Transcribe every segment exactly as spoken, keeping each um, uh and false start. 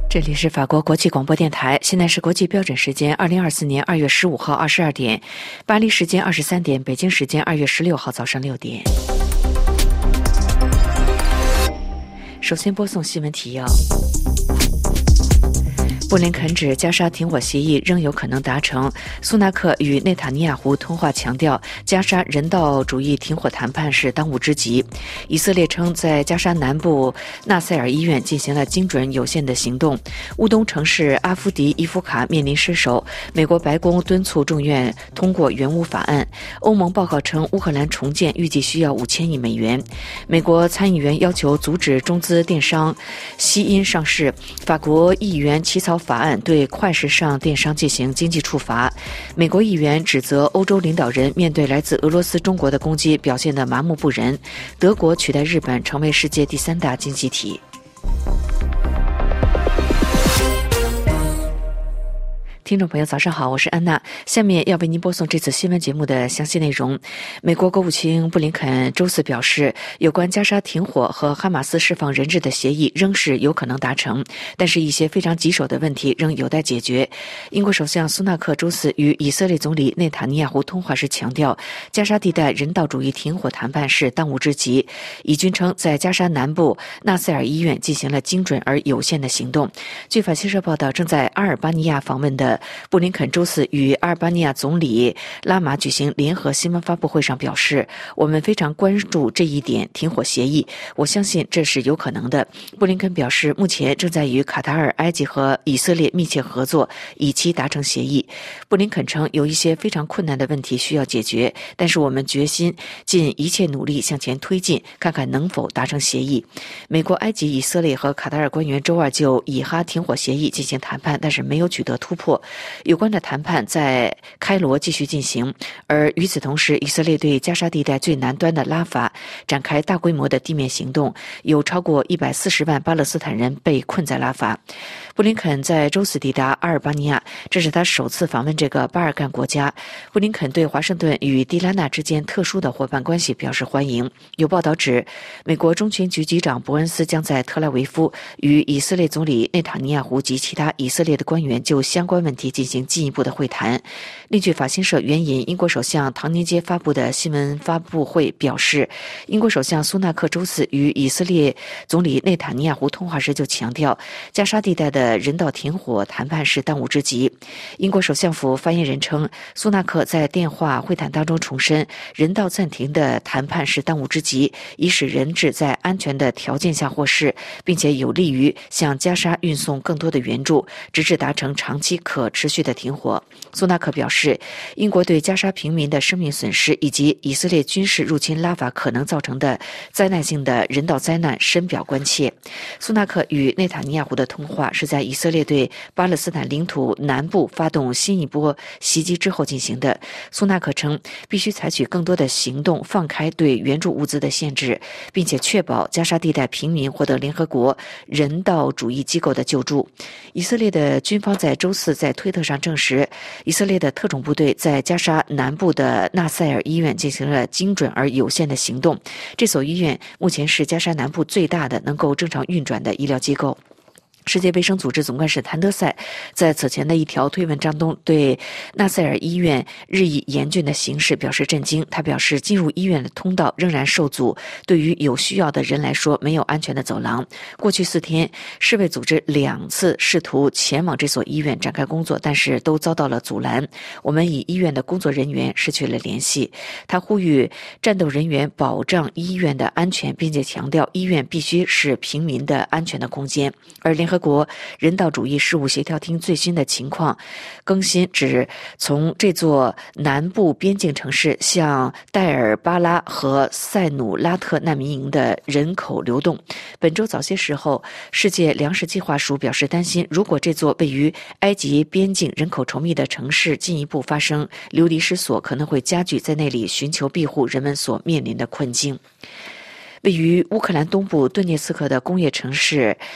这里是法国国际广播电台，现在是国际标准时间二零二四年二月十五号二十二点，巴黎时间二十三点，北京时间二月十六号早上六点。首先播送新闻提要。布林肯指加沙停火协议仍有可能达成。苏纳克与内塔尼亚胡通话强调，加沙人道主义停火谈判是当务之急。以色列称在加沙南部纳赛尔医院进行了精准有限的行动。乌东城市阿夫迪伊夫卡面临失守，美国白宫敦促众院通过援乌法案。欧盟报告称，乌克兰重建预计需要五千亿美元。美国参议员要求阻止中资电商西因上市。法国议员起草法案对快时尚电商进行经济处罚。美国议员指责欧洲领导人面对来自俄罗斯、中国的攻击表现得麻木不仁。德国取代日本成为世界第三大经济体。听众朋友早上好，我是安娜，下面要为您播送这次新闻节目的详细内容。美国国务卿布林肯周四表示，有关加沙停火和哈马斯释放人质的协议仍是有可能达成，但是一些非常棘手的问题仍有待解决。英国首相苏纳克周四与以色列总理内塔尼亚胡通话时强调，加沙地带人道主义停火谈判是当务之急。以军称在加沙南部纳赛尔医院进行了精准而有限的行动。据法新社报道，正在阿尔巴尼亚访问的布林肯周四与阿尔巴尼亚总理拉马举行联合新闻发布会上表示，我们非常关注这一点停火协议，我相信这是有可能的。布林肯表示，目前正在与卡塔尔、埃及和以色列密切合作，以期达成协议。布林肯称，有一些非常困难的问题需要解决，但是我们决心尽一切努力向前推进，看看能否达成协议。美国、埃及、以色列和卡塔尔官员周二就以哈停火协议进行谈判，但是没有取得突破。有关的谈判在开罗继续进行，而与此同时，以色列对加沙地带最南端的拉法展开大规模的地面行动，有超过一百四十万巴勒斯坦人被困在拉法。布林肯在周四抵达阿尔巴尼亚，这是他首次访问这个巴尔干国家。布林肯对华盛顿与蒂拉纳之间特殊的伙伴关系表示欢迎。有报道指，美国中情局局长伯恩斯将在特拉维夫与以色列总理内塔尼亚胡及其他以色列的官员就相关问题进行进一步的会谈。另据法新社援引英国首相唐宁街发布的新闻发布会表示，英国首相苏纳克周四与以色列总理内塔尼亚胡通话时就强调，加沙地带的人道停火谈判是当务之急。英国首相府发言人称，苏纳克在电话会谈当中重申，人道暂停的谈判是当务之急，以使人质在安全的条件下获释，并且有利于向加沙运送更多的援助，直至达成长期可持续的停火。苏纳克表示，英国对加沙平民的生命损失以及以色列军事入侵拉法可能造成的灾难性的人道灾难深表关切。苏纳克与内塔尼亚胡的通话是在以色列对巴勒斯坦领土南部发动新一波袭击之后进行的。苏纳克称，必须采取更多的行动，放开对援助物资的限制，并且确保加沙地带平民获得联合国人道主义机构的救助。以色列的军方在周四在推特上证实，以色列的特种部队在加沙南部的纳赛尔医院进行了精准而有限的行动。这所医院目前是加沙南部最大的能够正常运转的医疗机构。世界卫生组织总干事谭德赛在此前的一条推文当中对纳赛尔医院日益严峻的形势表示震惊。他表示，进入医院的通道仍然受阻，对于有需要的人来说没有安全的走廊。过去四天，世卫组织两次试图前往这所医院展开工作，但是都遭到了阻拦。我们与医院的工作人员失去了联系。他呼吁战斗人员保障医院的安全，并且强调医院必须是平民的安全的空间。而联合国人道主义事务协调厅最新的情况更新指，从这座南部边境城市向戴尔巴拉和塞努拉特难民营的人口流动。本周早些时候，世界粮食计划署表示担心，如果这座位于埃及边境人口稠密的城市进一步发生流离失所，可能会加剧在那里寻求庇护人们所面临的困境。位于乌克兰东部顿涅茨克的工业城市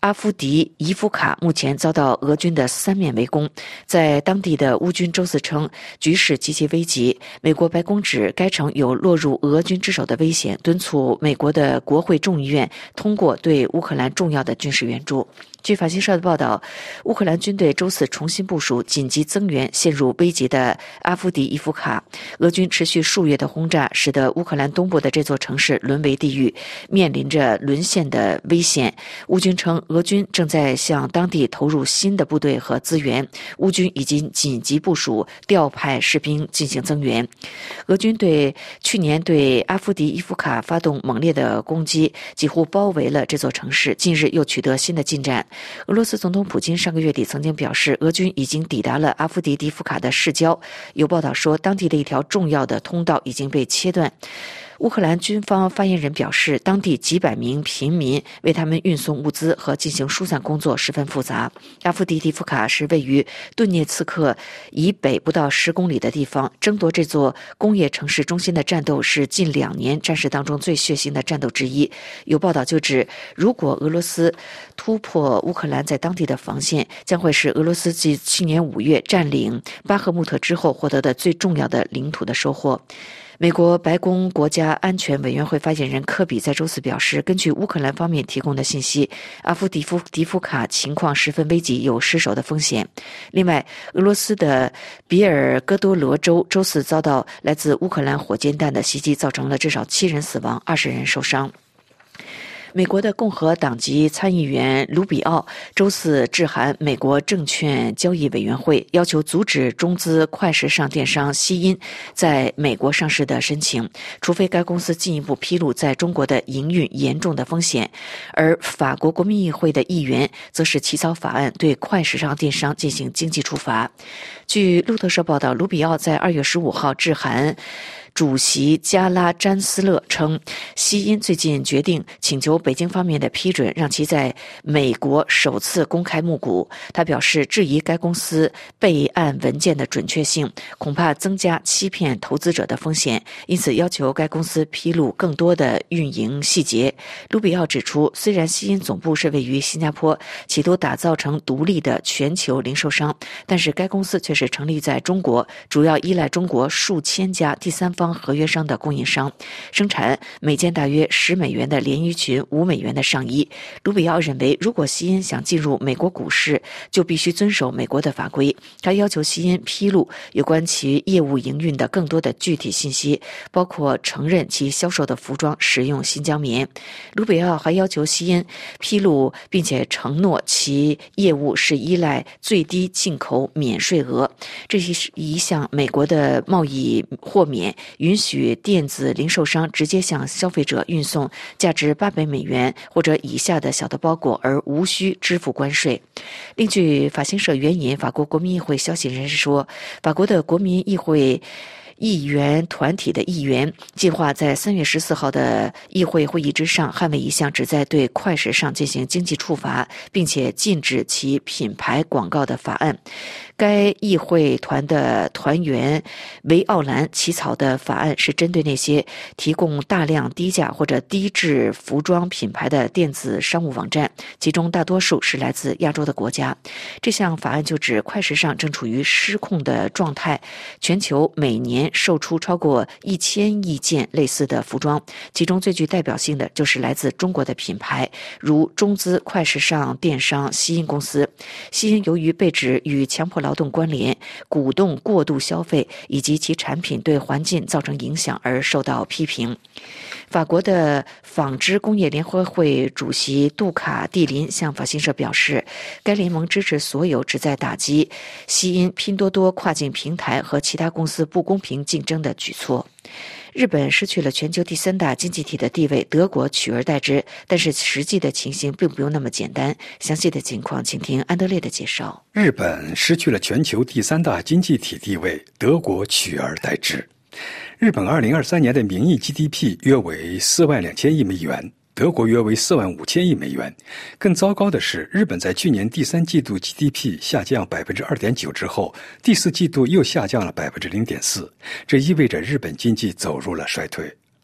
阿夫迪伊夫卡目前遭到俄军的三面围攻，在当地的乌军周四称局势极其危急。美国白宫指该城有落入俄军之手的危险，敦促美国的国会众议院通过对乌克兰重要的军事援助。据法新社的报道，乌克兰军队周四重新部署紧急增援陷入危急的阿夫迪伊夫卡。俄军持续数月的轰炸，使得乌克兰东部的这座城市沦为地狱，面临着沦陷的危险。乌军称，俄军正在向当地投入新的部队和资源，乌军已经紧急部署调派士兵进行增援。俄军对去年对阿夫迪伊夫卡发动猛烈的攻击，几乎包围了这座城市，近日又取得新的进展。俄罗斯总统普京上个月底曾经表示，俄军已经抵达了阿夫迪迪夫卡的市郊。有报道说，当地的一条重要的通道已经被切断。乌克兰军方发言人表示，当地几百名平民为他们运送物资和进行疏散工作十分复杂。阿夫迪迪夫卡是位于顿涅茨克以北不到十公里的地方，争夺这座工业城市中心的战斗是近两年战事当中最血腥的战斗之一。有报道就指，如果俄罗斯突破乌克兰在当地的防线，将会是俄罗斯继去年五月占领巴赫穆特之后获得的最重要的领土的收获。美国白宫国家安全委员会发言人科比在周四表示，根据乌克兰方面提供的信息，阿夫迪夫迪夫卡情况十分危急，有失守的风险。另外，俄罗斯的比尔哥多罗州周四遭到来自乌克兰火箭弹的袭击，造成了至少七人死亡，二十人受伤。美国的共和党籍参议员卢比奥周四致函美国证券交易委员会，要求阻止中资快时尚电商西音在美国上市的申请，除非该公司进一步披露在中国的营运严重的风险。而法国国民议会的议员则是起草法案，对快时尚电商进行经济处罚。据路透社报道，卢比奥在二月十五号致函主席加拉詹斯勒称，西音最近决定请求北京方面的批准，让其在美国首次公开募股。他表示，质疑该公司备案文件的准确性，恐怕增加欺骗投资者的风险，因此要求该公司披露更多的运营细节。卢比奥指出，虽然西音总部是位于新加坡，企图打造成独立的全球零售商，但是该公司却是成立在中国，主要依赖中国数千家第三方合约商的供应商，生产每件大约十美元的连衣裙、五美元的上衣。卢比奥认为，如果西音想进入美国股市，就必须遵守美国的法规。他要求西音披露有关其业务营运的更多的具体信息，包括承认其销售的服装使用新疆棉。卢比奥还要求西音披露，并且承诺其业务是依赖最低进口免税额，这是一项美国的贸易豁免，允许电子零售商直接向消费者运送价值八百美元或者以下的小的包裹，而无需支付关税。另据法新社援引法国国民议会消息人士说，法国的国民议会议员团体的议员计划在三月十四号的议会会议之上捍卫一项旨在对快时尚进行经济处罚，并且禁止其品牌广告的法案。该议会团的团员维奥兰起草的法案是针对那些提供大量低价或者低质服装品牌的电子商务网站，其中大多数是来自亚洲的国家。这项法案就指快时尚正处于失控的状态，全球每年售出超过一千亿件类似的服装，其中最具代表性的就是来自中国的品牌，如中资快时尚电商西音公司。西音由于被指与强迫劳动关联、鼓动过度消费以及其产品对环境造成影响而受到批评。法国的纺织工业联合会主席杜卡蒂林向法新社表示，该联盟支持所有旨在打击西音、拼多多跨境平台和其他公司不公平竞争的举措。日本失去了全球第三大经济体的地位，德国取而代之，但是实际的情形并不用那么简单。详细的情况请听安德烈的介绍。 日本失去了全球第三大经济体地位，德国取而代之。日本二零二三年的名义 G D P 约为四万两千亿美元，德国约为四万五千亿美元。更糟糕的是，日本在去年第三季度 G D P 下降 百分之二点九 之后，第四季度又下降了 百分之零点四， 这意味着日本经济走入了衰退。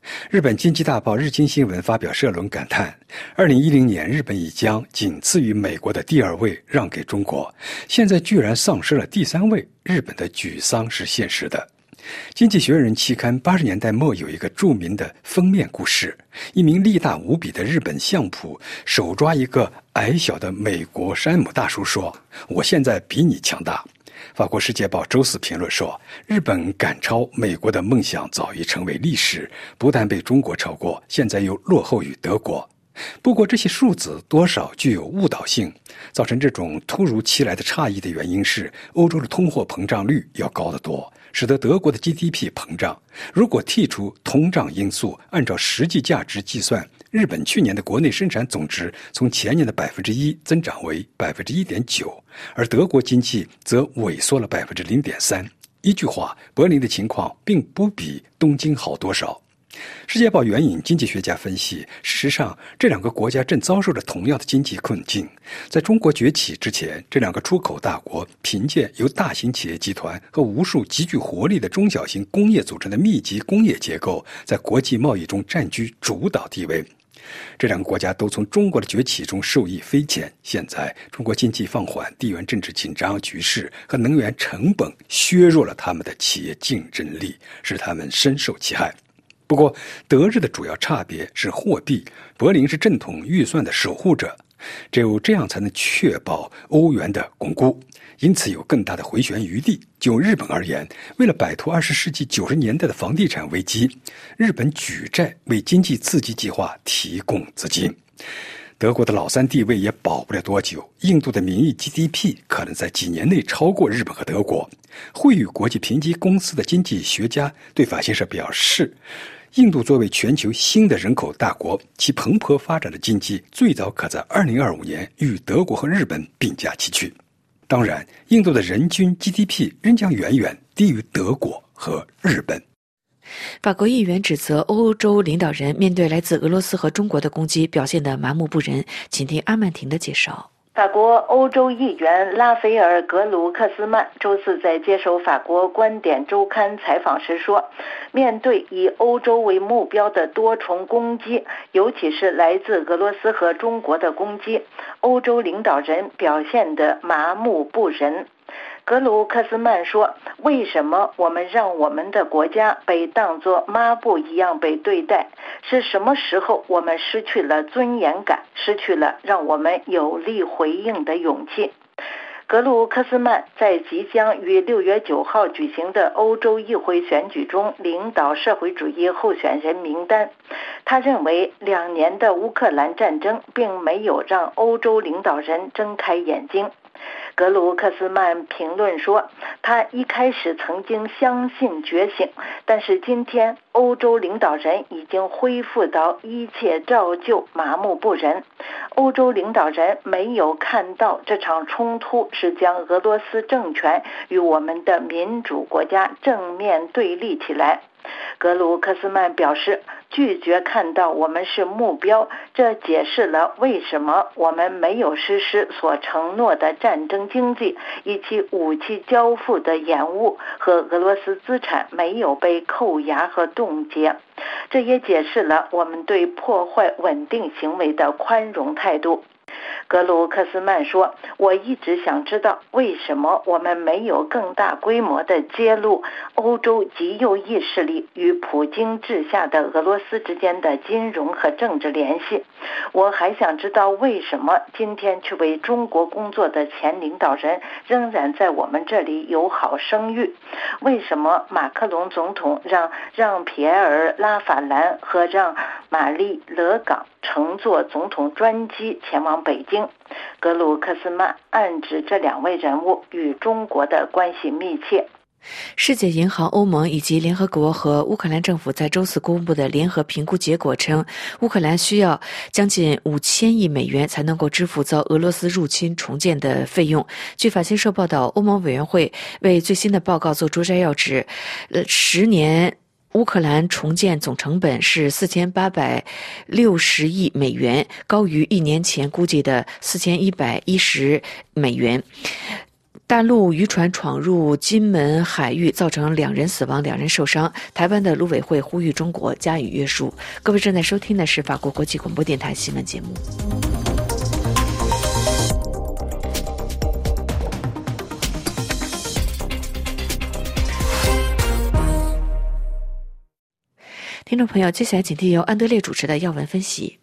日本经济大报日经新闻发表社论感叹，二零一零年日本已将仅次于美国的第二位让给中国，现在居然丧失了第三位，日本的沮丧是现实的。经济学人期刊八十年代末有一个著名的封面故事，一名力大无比的日本相扑手抓一个矮小的美国山姆大叔说，我现在比你强大。法国《世界报》周四评论说，日本赶超美国的梦想早已成为历史，不但被中国超过，现在又落后于德国。不过这些数字多少具有误导性，造成这种突如其来的差异的原因是，欧洲的通货膨胀率要高得多，使得德国的 G D P 膨胀。如果剔除通胀因素，按照实际价值计算，日本去年的国内生产总值从前年的百分之一增长为百分之一点九，而德国经济则萎缩了百分之零点三。一句话，柏林的情况并不比东京好多少。世界报援引经济学家分析，事实上，这两个国家正遭受着同样的经济困境。在中国崛起之前，这两个出口大国凭借由大型企业集团和无数极具活力的中小型工业组成的密集工业结构，在国际贸易中占据主导地位。这两个国家都从中国的崛起中受益匪浅。现在，中国经济放缓、地缘政治紧张局势和能源成本削弱了他们的企业竞争力，使他们深受其害。不过，德日的主要差别是货币，柏林是正统预算的守护者，只有这样才能确保欧元的巩固，因此有更大的回旋余地。就日本而言，为了摆脱二十世纪九十年代的房地产危机，日本举债为经济刺激计划提供资金。德国的老三地位也保不了多久，印度的名义 G D P 可能在几年内超过日本和德国。惠誉国际评级公司的经济学家对法新社表示，印度作为全球新的人口大国，其蓬勃发展的经济最早可在二零二五年与德国和日本并驾齐驱。当然，印度的人均 G D P 仍将远远低于德国和日本。 法国议员指责欧洲领导人面对来自俄罗斯和中国的攻击表现得麻木不仁，请听阿曼婷的介绍。 法国欧洲议员拉斐尔·格卢克斯曼周四在接受法国观点周刊采访时说，面对以欧洲为目标的多重攻击，尤其是来自俄罗斯和中国的攻击，欧洲领导人表现得麻木不仁。格鲁克斯曼说，为什么我们让我们的国家被当作抹布一样被对待？是什么时候我们失去了尊严感，失去了让我们有力回应的勇气？格鲁克斯曼在即将于六月九号举行的欧洲议会选举中领导社会主义候选人名单。他认为两年的乌克兰战争并没有让欧洲领导人睁开眼睛。格鲁克斯曼评论说，他一开始曾经相信觉醒，但是今天欧洲领导人已经恢复到一切照旧、麻木不仁。欧洲领导人没有看到这场冲突是将俄罗斯政权与我们的民主国家正面对立起来。格鲁克斯曼表示，拒绝看到我们是目标，这解释了为什么我们没有实施所承诺的战争经济，以及武器交付的延误和俄罗斯资产没有被扣押和冻结。这也解释了我们对破坏稳定行为的宽容态度。格鲁克斯曼说，我一直想知道为什么我们没有更大规模地揭露欧洲极右翼势力与普京治下的俄罗斯之间的金融和政治联系。我还想知道为什么今天去为中国工作的前领导人仍然在我们这里有好声誉。为什么马克龙总统让让皮埃尔·拉法兰和让玛丽·勒港乘坐总统专机前往北京？格鲁克斯曼暗指这两位人物与中国的关系密切。 世界银行、欧盟以及联合国和乌克兰政府在周四公布的联合评估结果称，乌克兰需要将近五千亿美元才能够支付遭俄罗斯入侵重建的费用。据法新社报道，欧盟委员会为最新的报告做出摘要指，呃，十年乌克兰重建总成本是四千八百六十亿美元，高于一年前估计的四千一百一十美元。 大陆渔船闯入金门海域，造成两人死亡、两人受伤。台湾的陆委会呼吁中国加以约束。各位正在收听的是法国国际广播电台新闻节目。听众朋友，接下来请听由安德烈主持的要闻分析。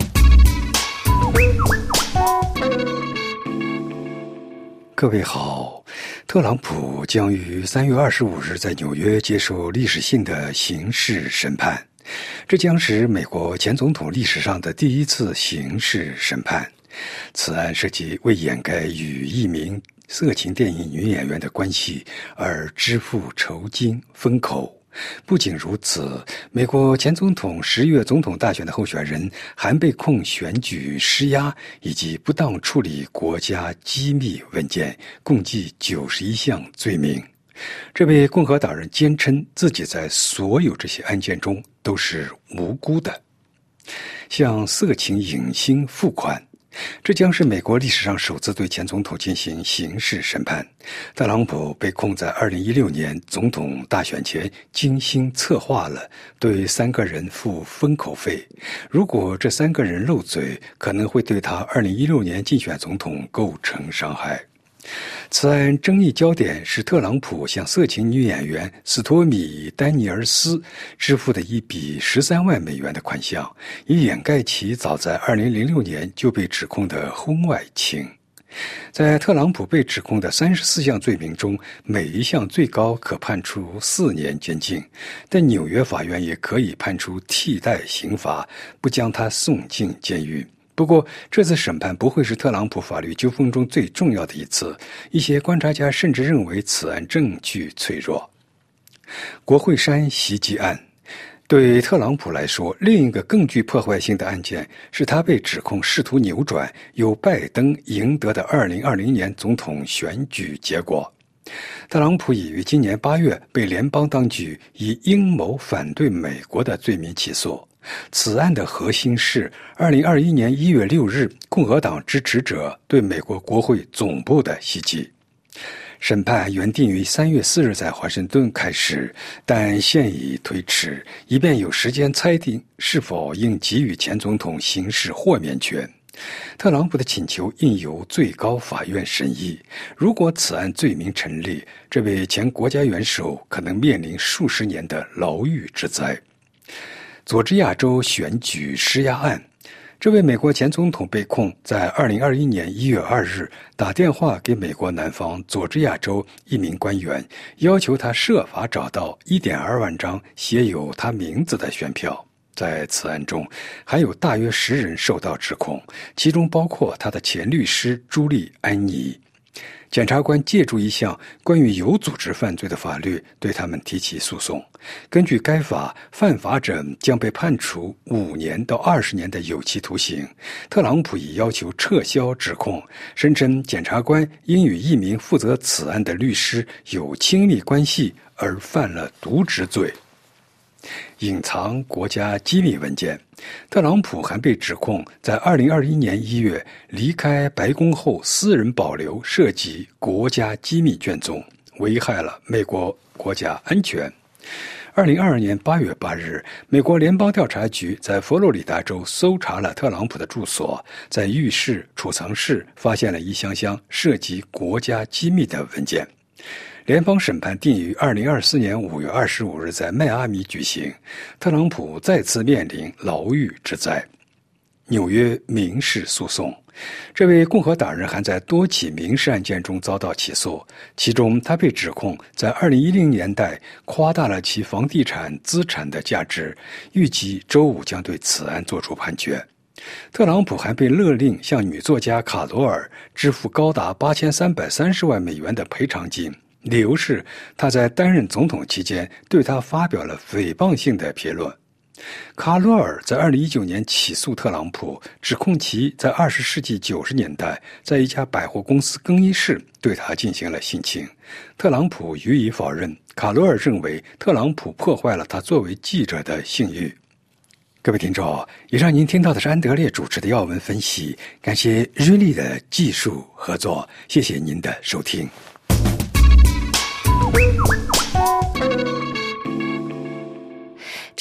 各位好，特朗普将于三月二十五日在纽约接受历史性的刑事审判，这将是美国前总统历史上的第一次刑事审判。此案涉及为掩盖与一名色情电影女演员的关系而支付酬金封口。不仅如此，美国前总统十月总统大选的候选人还被控选举施压以及不当处理国家机密文件，共计九十一项罪名。这位共和党人坚称自己在所有这些案件中都是无辜的。向色情影星付款，这将是美国历史上首次对前总统进行刑事审判。特朗普被控在二零一六年总统大选前精心策划了对三个人付封口费，如果这三个人漏嘴，可能会对他二零一六年竞选总统构成伤害。此案争议焦点是特朗普向色情女演员斯托米·丹尼尔斯支付的一笔十三万美元的款项，以掩盖其早在二零零六年就被指控的婚外情。在特朗普被指控的三十四项罪名中，每一项最高可判处四年监禁，但纽约法院也可以判处替代刑罚，不将他送进监狱。不过，这次审判不会是特朗普法律纠纷中最重要的一次。一些观察家甚至认为此案证据脆弱。国会山袭击案对特朗普来说，另一个更具破坏性的案件是他被指控试图扭转由拜登赢得的二零二零年总统选举结果。特朗普已于今年八月被联邦当局以阴谋反对美国的罪名起诉。此案的核心是二零二一年一月六日共和党支持者对美国国会总部的袭击。审判原定于三月四日在华盛顿开始，但现已推迟，以便有时间裁定是否应给予前总统刑事豁免权。特朗普的请求应由最高法院审议。如果此案罪名成立，这位前国家元首可能面临数十年的牢狱之灾。佐治亚州选举施压案，这位美国前总统被控在二零二一年一月二日打电话给美国南方佐治亚州一名官员，要求他设法找到 一点二万张写有他名字的选票。在此案中，还有大约十人受到指控，其中包括他的前律师朱莉安妮。检察官借助一项关于有组织犯罪的法律对他们提起诉讼。根据该法，犯法者将被判处五年到二十年的有期徒刑。特朗普已要求撤销指控，声称检察官因与一名负责此案的律师有亲密关系而犯了渎职罪。隐藏国家机密文件，特朗普还被指控在二零二一年一月离开白宫后私人保留涉及国家机密卷宗，危害了美国国家安全。二零二二年八月八日，美国联邦调查局在佛罗里达州搜查了特朗普的住所，在浴室、储藏室发现了一箱箱涉及国家机密的文件。联邦审判定于二零二四年五月二十五日在迈阿密举行，特朗普再次面临牢狱之灾。纽约民事诉讼，这位共和党人还在多起民事案件中遭到起诉，其中他被指控在二零一零年代夸大了其房地产资产的价值，预计周五将对此案作出判决。特朗普还被勒令向女作家卡罗尔支付高达八千三百三十万美元的赔偿金，理由是他在担任总统期间对他发表了诽谤性的评论。卡罗尔在二零一九年起诉特朗普，指控其在二十世纪九十年代在一家百货公司更衣室对他进行了性侵。特朗普予以否认。卡罗尔认为特朗普破坏了他作为记者的信誉。各位听众，以上您听到的是安德烈主持的要闻分析，感谢日立的技术合作，谢谢您的收听。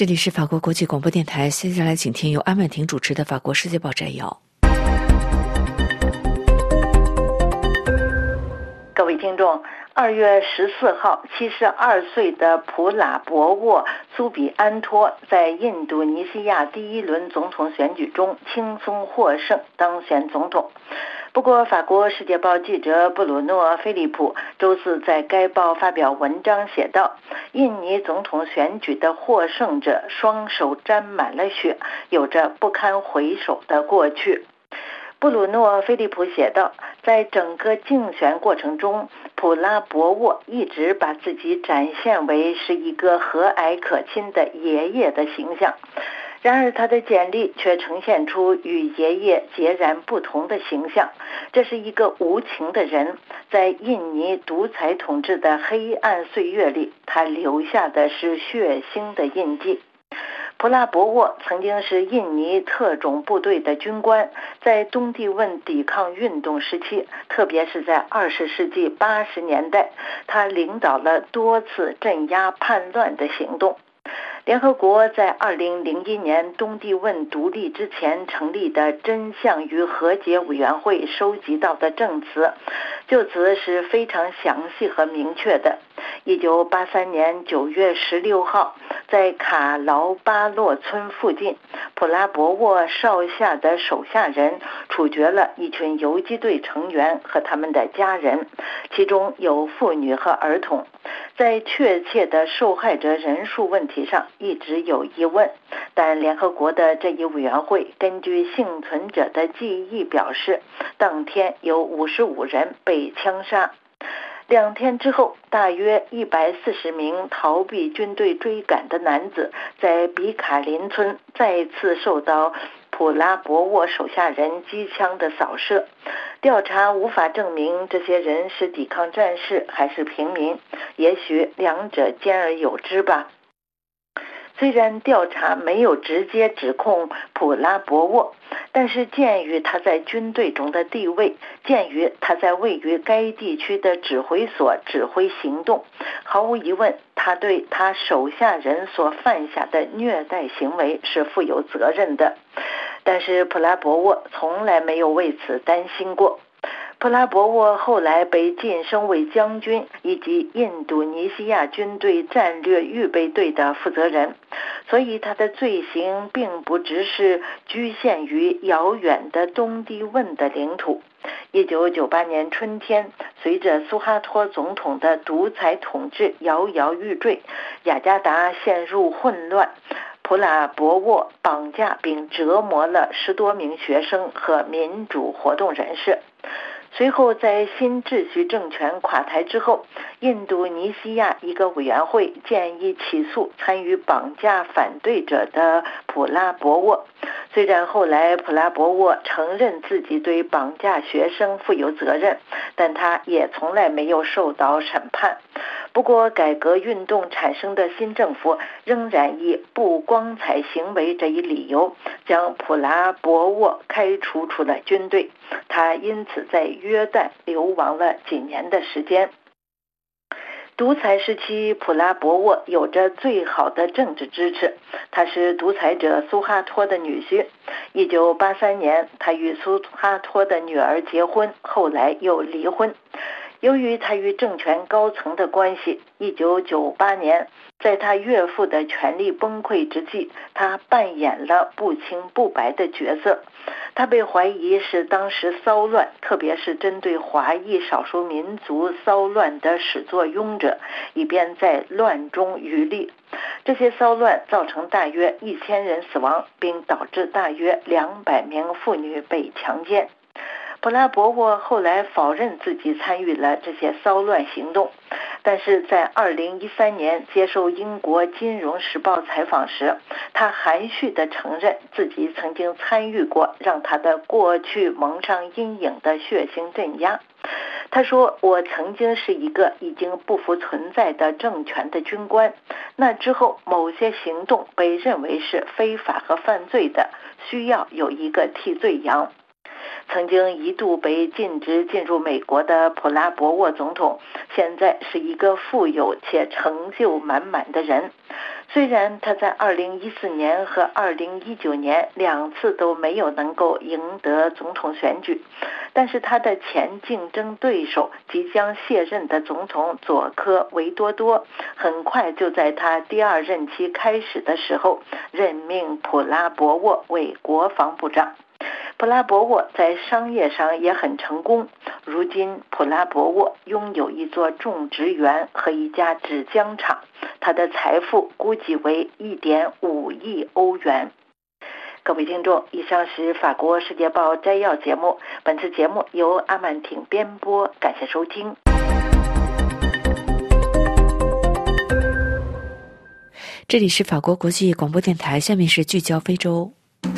这里是法国国际广播电台，接下来请听由安曼婷主持的法国世界报摘要。 各位听众，二月十四号，七十二岁的普拉博沃苏比安托在印度尼西亚第一轮总统选举中轻松获胜，当选总统。不过，法国《世界报》记者布鲁诺·菲利普周四在该报发表文章写道，印尼总统选举的获胜者双手沾满了血，有着不堪回首的过去。布鲁诺·菲利普写道，在整个竞选过程中，普拉博沃一直把自己展现为是一个和蔼可亲的爷爷的形象。然而他的简历却呈现出与爷爷截然不同的形象，这是一个无情的人。在印尼独裁统治的黑暗岁月里，他留下的是血腥的印记。普拉博沃曾经是印尼特种部队的军官，在东帝汶抵抗运动时期，特别是在二十世纪八十年代，他领导了多次镇压叛乱的行动。联合国在二零零一年东帝汶独立之前成立的真相与和解委员会收集到的证词，就此是非常详细和明确的。一九八三年九月十六号，在卡劳巴洛村附近，普拉博沃少下的手下人处决了一群游击队成员和他们的家人，其中有妇女和儿童。在确切的受害者人数问题上一直有疑问，但联合国的这一委员会根据幸存者的记忆表示，当天有五十五人被枪杀。两天之后，大约一百四十名逃避军队追赶的男子在比卡林村再次受到普拉博沃手下人机枪的扫射。调查无法证明这些人是抵抗战士还是平民，也许两者兼而有之吧。虽然调查没有直接指控普拉博沃，但是鉴于他在军队中的地位，鉴于他在位于该地区的指挥所指挥行动，毫无疑问，他对他手下人所犯下的虐待行为是负有责任的。但是普拉博沃从来没有为此担心过。普拉博沃后来被晋升为将军以及印度尼西亚军队战略预备队的负责人，所以他的罪行并不只是局限于遥远的东帝汶的领土。一九九八年春天，随着苏哈托总统的独裁统治摇摇欲坠，雅加达陷入混乱。普拉博沃绑架并折磨了十多名学生和民主活动人士。随后，在新秩序政权垮台之后，印度尼西亚一个委员会建议起诉参与绑架反对者的普拉博沃。虽然后来普拉博沃承认自己对绑架学生负有责任，但他也从来没有受到审判。不过，改革运动产生的新政府仍然以不光彩行为这一理由，将普拉博沃开除出了军队。他因此在约旦流亡了几年的时间。独裁时期，普拉博沃有着最好的政治支持，他是独裁者苏哈托的女婿。一九八三年，他与苏哈托的女儿结婚，后来又离婚。由于他与政权高层的关系，一九九八年，在他岳父的权力崩溃之际，他扮演了不清不白的角色。他被怀疑是当时骚乱，特别是针对华裔少数民族骚乱的始作俑者，以便在乱中渔利。这些骚乱造成大约一千人死亡，并导致大约两百名妇女被强奸。普拉博沃后来否认自己参与了这些骚乱行动，但是在二零一三年接受英国金融时报采访时，他含蓄地承认自己曾经参与过让他的过去蒙上阴影的血腥镇压。他说，我曾经是一个已经不复存在的政权的军官，那之后某些行动被认为是非法和犯罪的，需要有一个替罪羊。 曾经一度被禁止进入美国的普拉博沃总统，现在是一个富有且成就满满的人。虽然他在二零一四年和二零一九年两次都没有能够赢得总统选举，但是他的前竞争对手即将卸任的总统佐科维多多很快就在他第二任期开始的时候任命普拉博沃为国防部长。普拉博沃在商业上也很成功，如今普拉博沃拥有一座种植园和一家纸浆厂，他的财富估计为 一点五亿欧元。各位听众，以上是法国世界报摘要节目，本次节目由阿曼挺编播，感谢收听。 这里是法国国际广播电台，下面是聚焦非洲。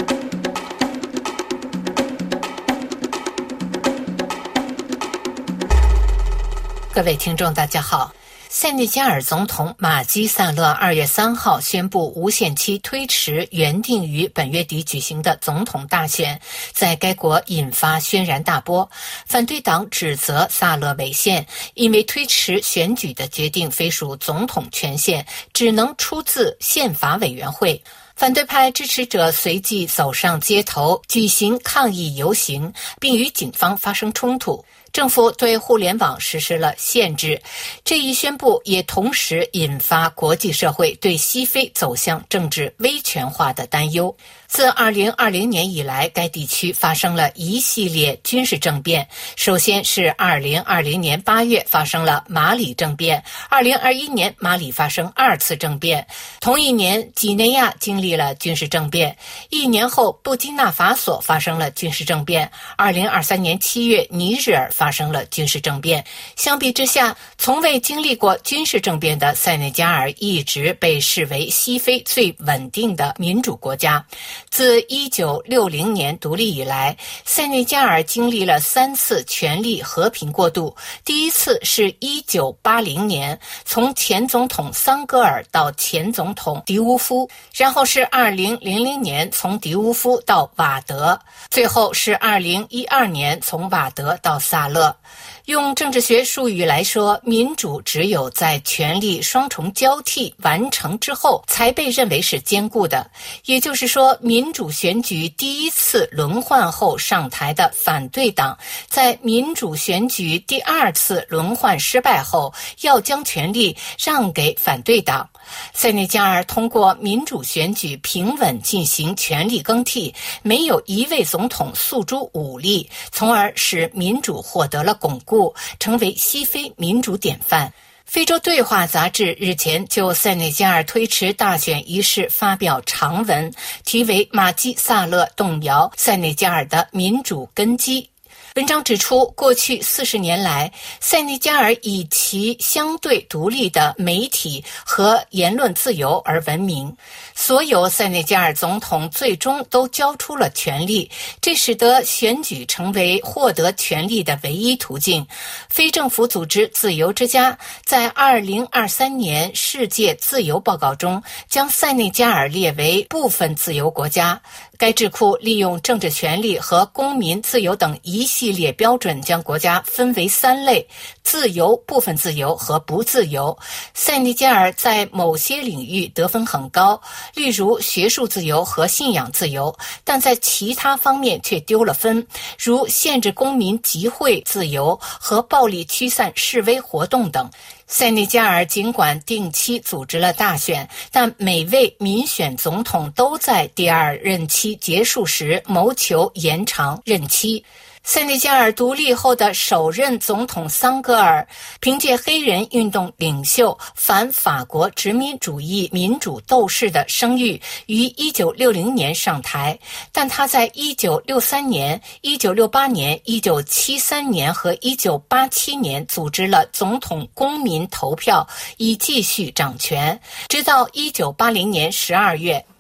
各位听众大家好，塞内加尔总统马基萨勒二月三号宣布无限期推迟原定于本月底举行的总统大选，在该国引发轩然大波。反对党指责萨勒违宪，因为推迟选举的决定非属总统权限，只能出自宪法委员会。反对派支持者随即走上街头举行抗议游行，并与警方发生冲突。政府对互联网实施了限制，这一宣布也同时引发国际社会对西非走向政治威权化的担忧。自二零二零年以来，该地区发生了一系列军事政变。首先是二零二零年八月发生了马里政变，二零二一年马里发生二次政变，同一年几内亚经历了军事政变，一年后布基纳法索发生了军事政变，二零二三年七月尼日尔发生了军事政变。相比之下，从未经历过军事政变的塞内加尔一直被视为西非最稳定的民主国家。自一九六零年独立以来，塞内加尔经历了三次权力和平过渡。第一次是一九八零年，从前总统桑戈尔到前总统迪乌夫，然后是二零零零年从迪乌夫到瓦德，最后是二零一二年从瓦德到萨勒。用政治学术语来说，民主只有在权力双重交替完成之后才被认为是坚固的。也就是说，民主选举第一次轮换后上台的反对党，在民主选举第二次轮换失败后，要将权力让给反对党。塞内加尔通过民主选举平稳进行权力更替，没有一位总统诉诸武力，从而使民主获得了巩固，成为西非民主典范。非洲对话杂志日前就塞内加尔推迟大选一事发表长文，题为马基萨勒动摇塞内加尔的民主根基。文章指出，过去四十年来，塞内加尔以其相对独立的媒体和言论自由而闻名。所有塞内加尔总统最终都交出了权力，这使得选举成为获得权力的唯一途径。非政府组织自由之家在二零二三年世界自由报告中将塞内加尔列为部分自由国家。该智库利用政治权利和公民自由等一系列标准，将国家分为三类：自由、部分自由和不自由。塞内加尔在某些领域得分很高，例如学术自由和信仰自由，但在其他方面却丢了分，如限制公民集会自由和暴力驱散示威活动等。塞内加尔尽管定期组织了大选，但每位民选总统都在第二任期结束时谋求延长任期。塞内加尔独立后的首任总统桑戈尔凭借黑人运动领袖反法国殖民主义民主斗士的声誉于一九六零年上台，但他在一九六三年、一九六八年、一九七三年和一九八七年组织了总统公民投票，以继续掌权，直到一九八零年十二月。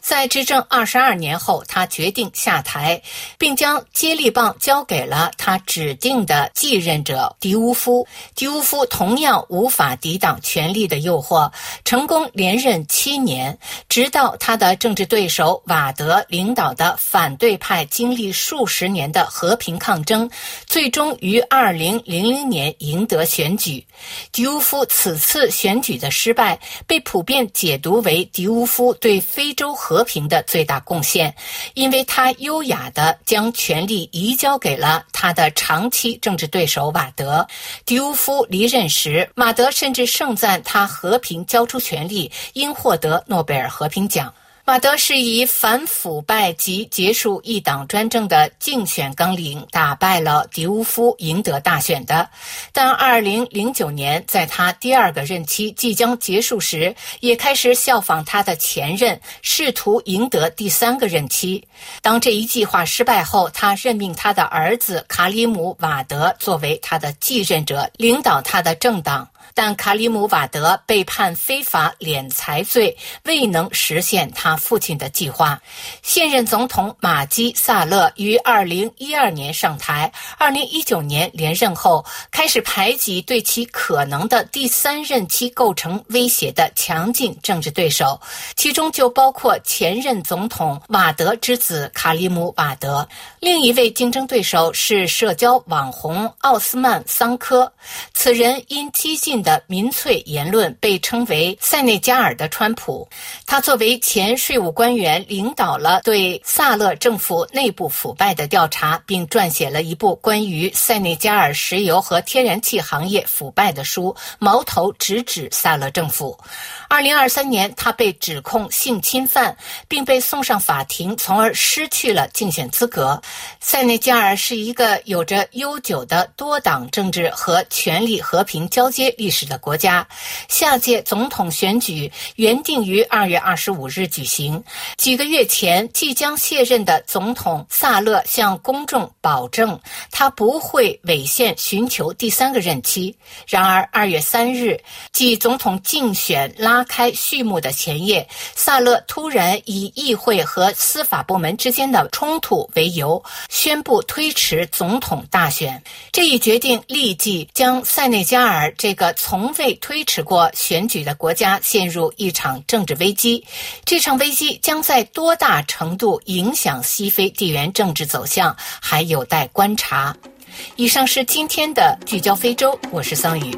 在执政二十二年后，他决定下台，并将接力棒交给了他指定的继任者迪乌夫。迪乌夫同样无法抵挡权力的诱惑，成功连任七年，直到他的政治对手瓦德领导的反对派经历数十年的和平抗争，最终于二零零零年赢得选举。迪乌夫此次选举的失败被普遍解读为迪乌夫对非洲和平的最大贡献，因为他优雅地将权力移交给了他的长期政治对手瓦德。迪乌夫离任时，马德甚至盛赞他和平交出权力应获得诺贝尔和平奖。马德是以反腐败及结束一党专政的竞选纲领打败了迪乌夫，赢得大选的。但二零零九年在他第二个任期即将结束时，也开始效仿他的前任，试图赢得第三个任期。当这一计划失败后，他任命他的儿子卡里姆瓦德作为他的继任者，领导他的政党。但卡里姆瓦德被判非法敛财罪，未能实现他父亲的计划。现任总统马基萨勒于二零一二年上台，二零一九年连任后，开始排挤对其可能的第三任期构成威胁的强劲政治对手，其中就包括前任总统瓦德之子卡里姆瓦德。另一位竞争对手是社交网红奥斯曼桑科，此人因激进的民粹言论被称为塞内加尔的川普。他作为前税务官员，领导了对萨勒政府内部腐败的调查，并撰写了一部关于塞内加尔石油和天然气行业腐败的书，矛头直指萨勒政府。二零二三年，他被指控性侵犯，并被送上法庭，从而失去了竞选资格。塞内加尔是一个有着悠久的多党政治和权力和平交接历史的国家。下届总统选举原定于二月二十五日举行。几个月前，即将卸任的总统萨勒向公众保证，他不会违宪寻求第三个任期。然而，二月三日，即总统竞选拉开序幕的前夜，萨勒突然以议会和司法部门之间的冲突为由，宣布推迟总统大选。这一决定立即将塞内加尔这个从未推迟过选举的国家陷入一场政治危机。这场危机将在多大程度影响西非地缘政治走向，还有待观察。以上是今天的聚焦非洲，我是桑宇。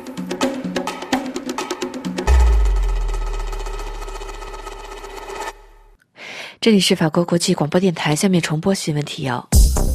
这里是法国国际广播电台，下面重播新闻提要。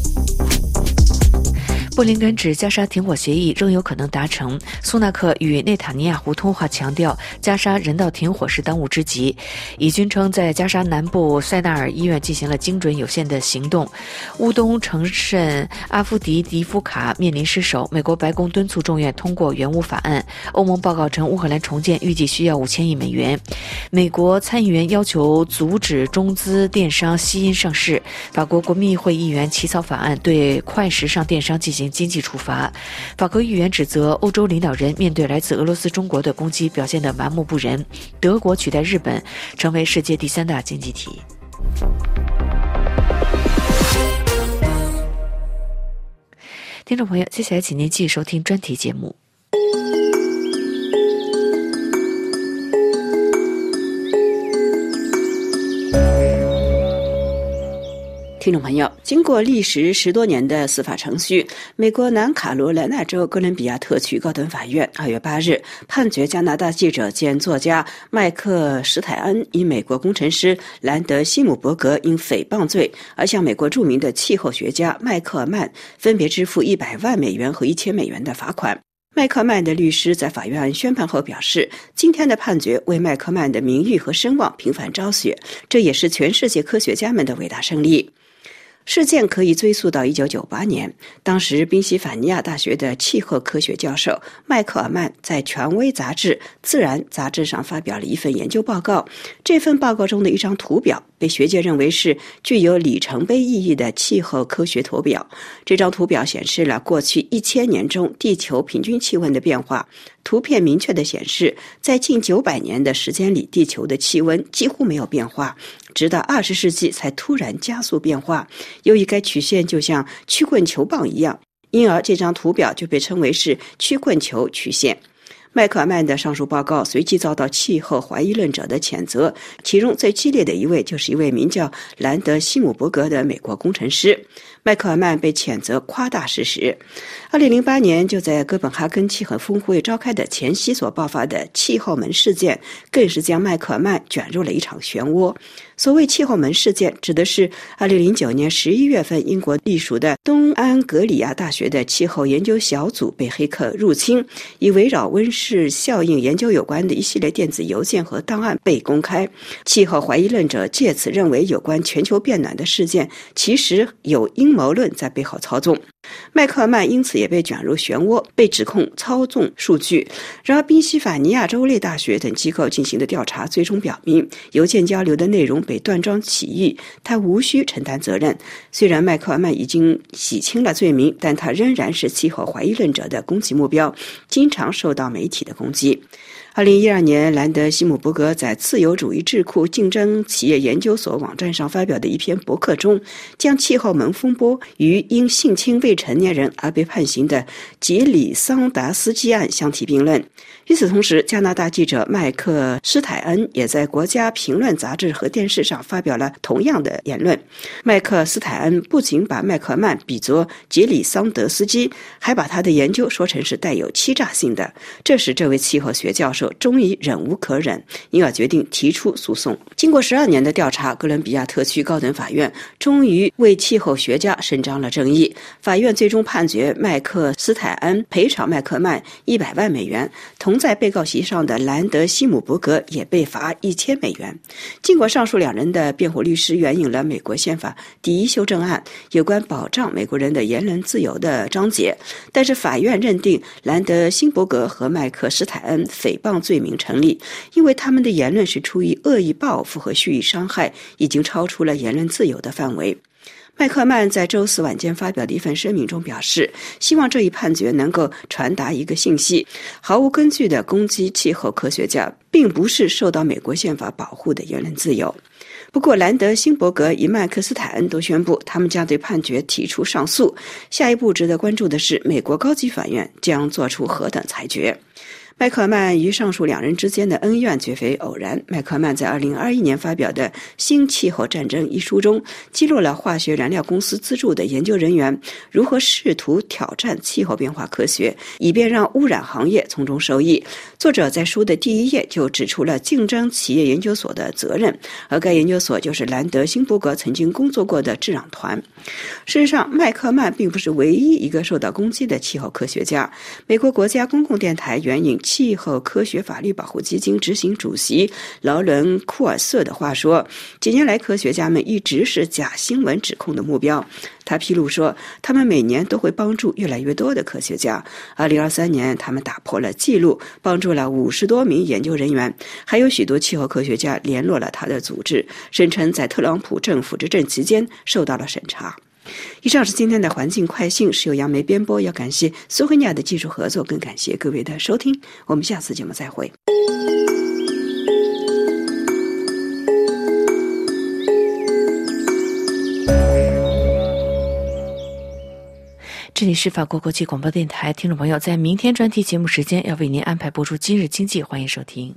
布林根指加沙停火协议仍有可能达成。苏纳克与内塔尼亚胡通话，强调加沙人道停火是当务之急。以军称在加沙南部塞纳尔医院进行了精准有限的行动。乌东城镇阿夫迪迪夫卡面临失守，美国白宫敦促众院通过援乌法案。欧盟报告称乌克兰重建预计需要五千亿美元。美国参议员要求阻止中资电商吸音上市。法国国民议会议员起草法案，对快时尚电商进行经济处罚。法国议员指责欧洲领导人面对来自俄罗斯、中国的攻击表现得麻木不仁。德国取代日本成为世界第三大经济体。听众朋友，接下来请您继续收听专题节目。 听众朋友，经过历时十多年的司法程序，美国南卡罗来纳州哥伦比亚特区高等法院二月八日判决加拿大记者兼作家麦克史泰恩以美国工程师兰德西姆伯格因诽谤罪而向美国著名的气候学家麦克尔曼分别支付一百万美元和一千美元的罚款。麦克曼的律师在法院宣判后表示，今天的判决为麦克曼的名誉和声望平反昭雪，这也是全世界科学家们的伟大胜利。事件可以追溯到一九九八年，当时宾夕法尼亚大学的气候科学教授麦克尔曼在权威杂志《自然》杂志上发表了一份研究报告。这份报告中的一张图表被学界认为是具有里程碑意义的气候科学图表。这张图表显示了过去一千年中地球平均气温的变化。图片明确地显示，在近九百年的时间里，地球的气温几乎没有变化， 直到二十世纪才突然加速变化。由于该曲线就像曲棍球棒一样，因而这张图表就被称为是曲棍球曲线。麦克尔曼的上述报告随即遭到气候怀疑论者的谴责，其中最激烈的一位就是一位名叫兰德西姆伯格的美国工程师。麦克尔曼被谴责夸大事实。二零零八年，就在哥本哈根气候峰会召开的前夕所爆发的气候门事件，更是将麦克尔曼卷入了一场漩涡。所谓气候门事件，指的是二零零九年十一月份，英国隶属的东安格里亚大学的气候研究小组被黑客入侵，以围绕温室效应研究有关的一系列电子邮件和档案被公开。气候怀疑论者借此认为，有关全球变暖的事件其实有阴谋论在背后操纵。麦克尔曼因此也被卷入漩涡，被指控操纵数据。然而宾夕法尼亚州立大学等机构进行的调查最终表明，邮件交流的内容被断章取义，他无需承担责任。虽然麦克尔曼已经洗清了罪名，但他仍然是气候怀疑论者的攻击目标，经常受到媒体的攻击。二零一二年，兰德西姆伯格在自由主义智库竞争企业研究所网站上发表的一篇博客中，将气候门风波与因性侵未成年人而被判刑的杰里桑达斯基案相提并论。与此同时，加拿大记者麦克施泰恩也在国家评论杂志和电视上发表了同样的言论。麦克施泰恩不仅把麦克曼比作杰里桑德斯基，还把他的研究说成是带有欺诈性的，这使这位气候学教授终于忍无可忍，因而决定提出诉讼。经过十二年的调查，哥伦比亚特区高等法院终于为气候学家伸张了正义。法院最终判决麦克斯泰恩赔偿麦克曼一百万美元，同在被告席上的兰德西姆伯格也被罚一千美元。尽管上述两人的辩护律师援引了美国宪法第一修正案有关保障美国人的言论自由的章节，但是法院认定兰德辛伯格和麦克施泰恩诽谤罪名成立，因为他们的言论是出于恶意报复和蓄意伤害，已经超出了言论自由的范围。麦克曼在周四晚间发表的一份声明中表示，希望这一判决能够传达一个信息：毫无根据的攻击气候科学家并不是受到美国宪法保护的言论自由。不过，兰德辛伯格与麦克斯泰恩都宣布他们将对判决提出上诉。下一步值得关注的是，美国高级法院将做出何等裁决。麦克曼与上述两人之间的恩怨绝非偶然。麦克曼在二零二一年发表的《新气候战争》一书中，记录了化学燃料公司资助的研究人员如何试图挑战气候变化科学，以便让污染行业从中受益。作者在书的第一页就指出了竞争企业研究所的责任，而该研究所就是兰德辛伯格曾经工作过的智囊团。事实上，麦克曼并不是唯一一个受到攻击的气候科学家。美国国家公共电台援引气候科学法律保护基金执行主席劳伦·库尔瑟的话说，几年来科学家们一直是假新闻指控的目标。他披露说，他们每年都会帮助越来越多的科学家。二零二三年，他们打破了记录，帮助了五十多名研究人员，还有许多气候科学家联络了他的组织，声称在特朗普政府执政期间受到了审查。以上是今天的环境快讯，是由杨梅编播，要感谢苏慧亚的技术合作，更感谢各位的收听，我们下次节目再会。 这里是法国国际广播电台，听众朋友，在明天专题节目时间要为您安排播出今日经济，欢迎收听。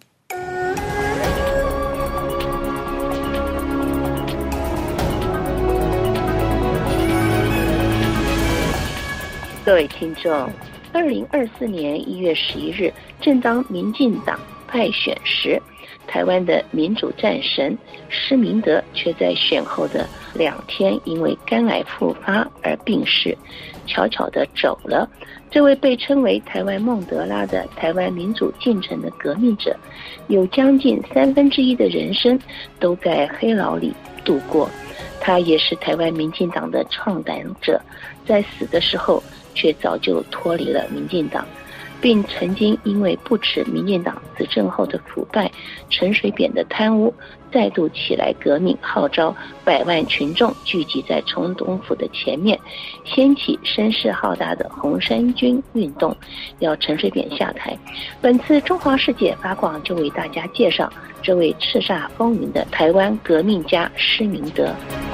各位听众，二零二四年一月十一日，正当民进党派选时，台湾的民主战神施明德却在选后的两天因为肝癌复发而病逝，悄悄地走了。这位被称为台湾孟德拉的台湾民主进程的革命者，有将近三分之一的人生都在黑牢里度过。他也是台湾民进党的创党者，在死的时候却早就脱离了民进党，并曾经因为不耻民进党执政后的腐败、陈水扁的贪污再度起来革命，号召百万群众聚集在总统府的前面，掀起声势浩大的红衫军运动，要陈水扁下台。本次中华世界法广就为大家介绍这位叱咤风云的台湾革命家施明德。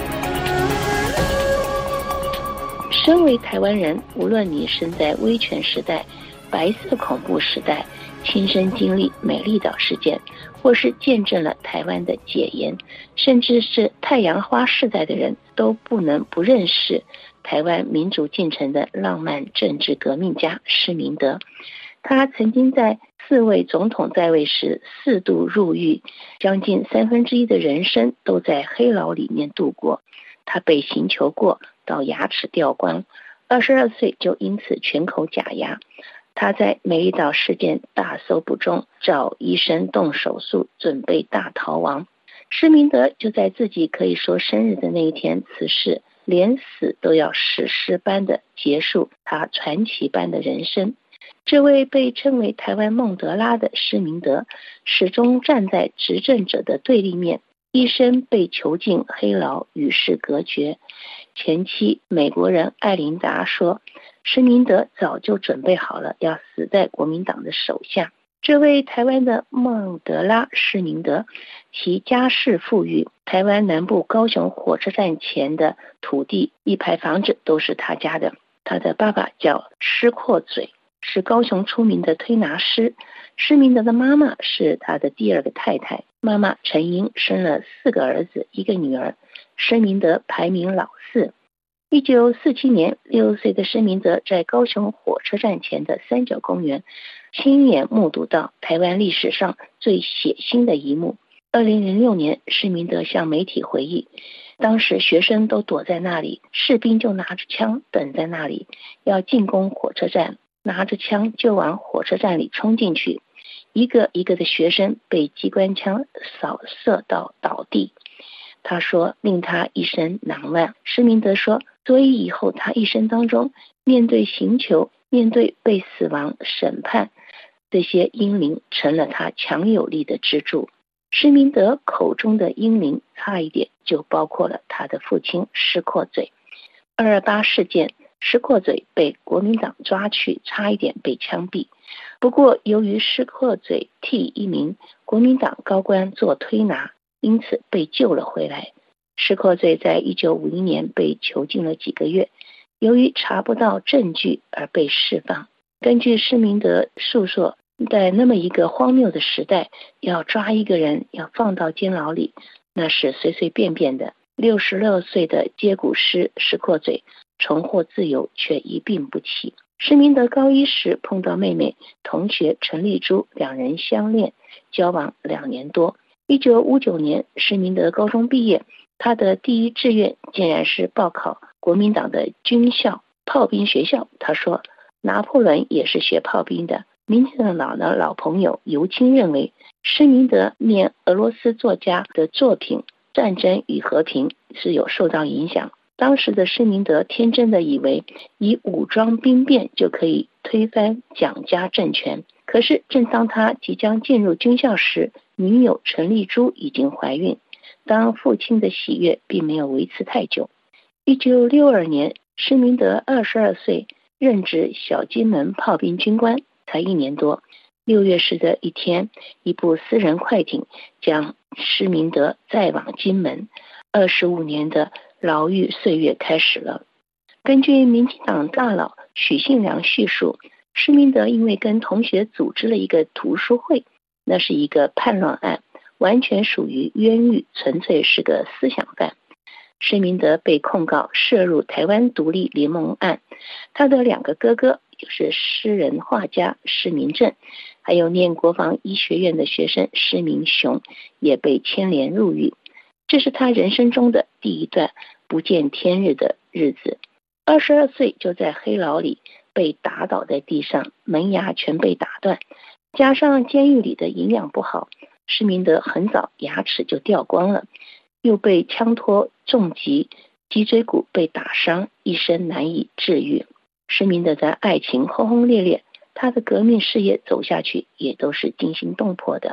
身为台湾人，无论你身在威权时代、白色恐怖时代，亲身经历美丽岛事件，或是见证了台湾的解严，甚至是太阳花世代的人，都不能不认识台湾民主进程的浪漫政治革命家施明德。他曾经在四位总统在位时四度入狱，将近三分之一的人生都在黑牢里面度过。他被刑求过，到牙齿掉光，二十二岁就因此全口假牙。他在美丽岛事件大搜捕中找医生动手术，准备大逃亡。施明德就在自己可以说生日的那一天辞世，连死都要史诗般的结束他传奇般的人生。这位被称为台湾孟德拉的施明德，始终站在执政者的对立面，一生被囚禁黑牢，与世隔绝。前妻美国人艾琳达说，施明德早就准备好了要死在国民党的手下。这位台湾的孟德拉施明德，其家世富裕，台湾南部高雄火车站前的土地一排房子都是他家的。他的爸爸叫施阔嘴，是高雄出名的推拿师。施明德的妈妈是他的第二个太太，妈妈陈英生了四个儿子一个女儿，施明德排名老四。一九四七年，六岁的施明德在高雄火车站前的三角公园亲眼目睹到台湾历史上最血腥的一幕。二零零六年，施明德向媒体回忆，当时学生都躲在那里，士兵就拿着枪等在那里，要进攻火车站，拿着枪就往火车站里冲进去，一个一个的学生被机关枪扫射到倒地。他说令他一生难忘。施明德说，所以以后他一生当中面对刑求，面对被死亡审判，这些英灵成了他强有力的支柱。施明德口中的英灵差一点就包括了他的父亲施阔嘴。二二八事件，施阔嘴被国民党抓去，差一点被枪毙。不过由于施阔嘴替一名国民党高官做推拿，因此被救了回来。施阔嘴在一九五一年被囚禁了几个月，由于查不到证据而被释放。根据施明德述说，在那么一个荒谬的时代，要抓一个人要放到监牢里，那是随随便便的。六十六岁的接骨师施阔嘴重获自由，却一病不起。施明德高一时碰到妹妹同学陈丽珠，两人相恋，交往两年多。一九五九年，施明德高中毕业，他的第一志愿竟然是报考国民党的军校炮兵学校。他说，拿破仑也是学炮兵的。民进党的老朋友尤清认为，施明德念俄罗斯作家的作品《战争与和平》是有受到影响。当时的施明德天真的以为以武装兵变就可以推翻蒋家政权，可是正当他即将进入军校时，女友陈丽珠已经怀孕。当父亲的喜悦并没有维持太久。一九六二年，施明德二十二岁，任职小金门炮兵军官，才一年多。六月时的一天，一部私人快艇将施明德载往金门，二十五年的牢狱岁月开始了。根据民进党大佬许信良叙述，施明德因为跟同学组织了一个读书会，那是一个叛乱案，完全属于冤狱，纯粹是个思想犯。施明德被控告涉入台湾独立联盟案，他的两个哥哥就是诗人画家施明正，还有念国防医学院的学生施明雄也被牵连入狱。这是他人生中的第一段不见天日的日子。二十二岁就在黑牢里被打倒在地上，门牙全被打断，加上监狱里的营养不好，施明德很早牙齿就掉光了，又被枪托重击，脊椎骨被打伤，一生难以治愈。施明德在爱情轰轰烈烈，他的革命事业走下去也都是惊心动魄的。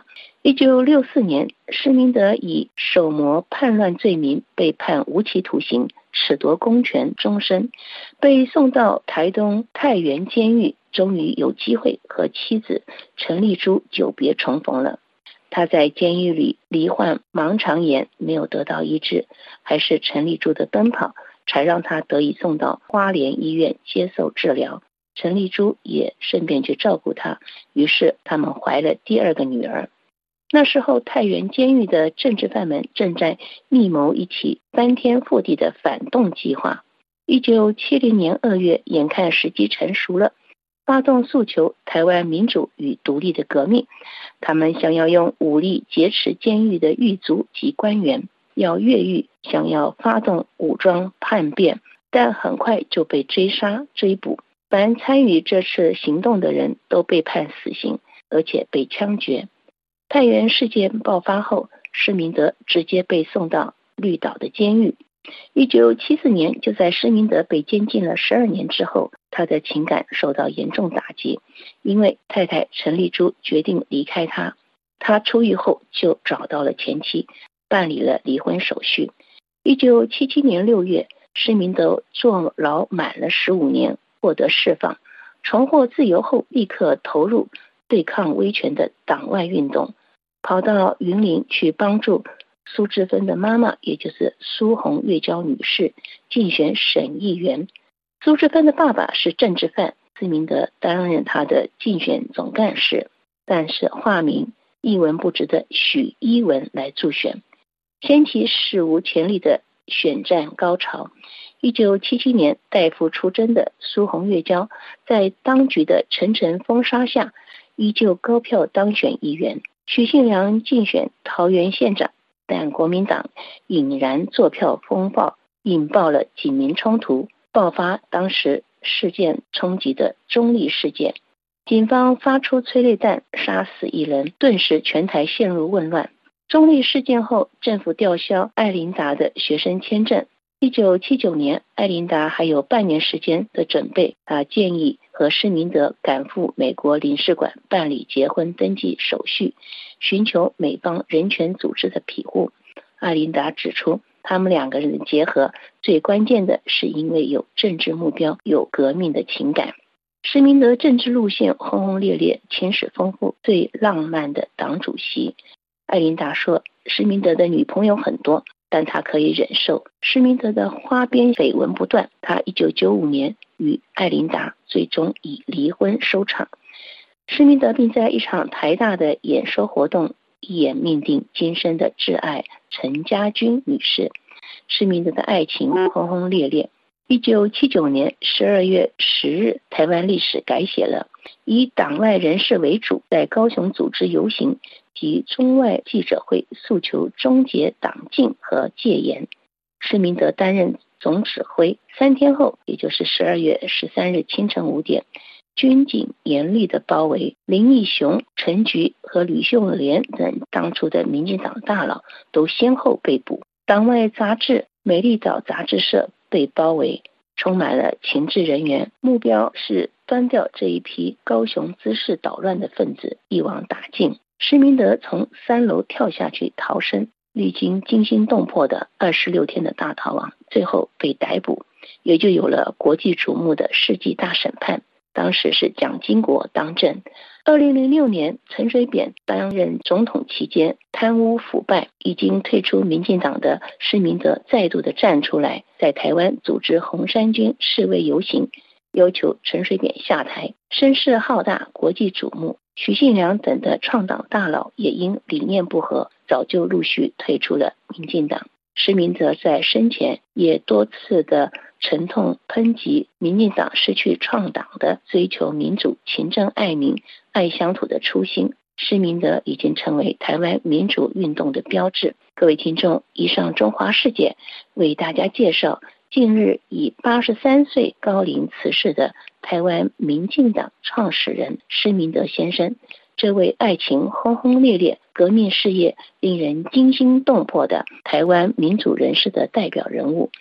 一九六四年，施明德以手谋叛乱罪名被判无期徒刑，褫夺公权终身，被送到台东太原监狱，终于有机会和妻子陈丽珠久别重逢了。他在监狱里罹患盲肠炎，没有得到医治，还是陈丽珠的奔跑才让他得以送到花莲医院接受治疗。陈丽珠也顺便去照顾他，于是他们怀了第二个女儿。那时候太原监狱的政治犯们正在密谋一起翻天覆地的反动计划。一九七零年二月，眼看时机成熟了，发动诉求台湾民主与独立的革命。他们想要用武力劫持监狱的狱卒及官员，要越狱，想要发动武装叛变，但很快就被追杀追捕。凡参与这次行动的人都被判死刑，而且被枪决。太原事件爆发后，施明德直接被送到绿岛的监狱。一九七四年，就在施明德被监禁了十二年之后，他的情感受到严重打击，因为太太陈丽珠决定离开他。他出狱后就找到了前妻，办理了离婚手续。一九七七年六月，施明德坐牢满了十五年，获得释放，重获自由后，立刻投入对抗威权的党外运动，跑到云林去帮助苏治芬的妈妈，也就是苏洪月娇女士竞选省议员。苏治芬的爸爸是政治犯，施明德担任他的竞选总干事，但是化名一文不值的许一文来助选，掀起史无前例的选战高潮。一九七七年，代父出征的苏洪月娇在当局的层层封杀下，依旧高票当选议员。许信良竞选桃园县长，但国民党引燃作票风暴，引爆了警民冲突，爆发当时事件冲击的中立事件。警方发出催泪弹，杀死一人，顿时全台陷入混乱。中立事件后，政府吊销艾琳达的学生签证。一九七九年，艾琳达还有半年时间的准备，他建议和施明德赶赴美国领事馆办理结婚登记手续，寻求美方人权组织的庇护。艾琳达指出，他们两个人的结合最关键的是因为有政治目标，有革命的情感。施明德政治路线轰轰烈烈，情史丰富，最浪漫的党主席。艾琳达说，施明德的女朋友很多，但他可以忍受。施明德的花边绯闻不断，他一九九五年与艾琳达最终以离婚收场。施明德并在一场台大的演说活动一眼命定今生的挚爱陈家君女士。施明德的爱情轰轰烈烈。一九七九年十二月十日，台湾历史改写了，以党外人士为主，在高雄组织游行及中外记者会，诉求终结党禁和戒严。施明德担任总指挥。三天后，也就是十二月十三日清晨五点，军警严厉的包围，林义雄、陈菊和吕秀莲等当初的民进党大佬都先后被捕。党外杂志美丽岛杂志社被包围，充满了情治人员，目标是端掉这一批高雄滋事捣乱的分子，一网打尽。施明德从三楼跳下去逃生，历经惊心动魄的二十六天的大逃亡，最后被逮捕，也就有了国际瞩目的世纪大审判。当时是蒋经国当政。二零零六年，陈水扁担任总统期间贪污腐败，已经退出民进党的施明德再度的站出来，在台湾组织红衫军示威游行，要求陈水扁下台，声势浩大，国际瞩目。许信良等的创党大佬也因理念不合，早就陆续退出了民进党。施明德在生前也多次的沉痛抨击民进党失去创党的追求民主、勤政爱民、爱乡土的初心。施明德已经成为台湾民主运动的标志。各位听众，以上中华世界为大家介绍近日以八十三岁高龄辞世的台湾民进党创始人施明德先生，这位爱情轰轰烈烈、革命事业令人惊心动魄的台湾民主人士的代表人物。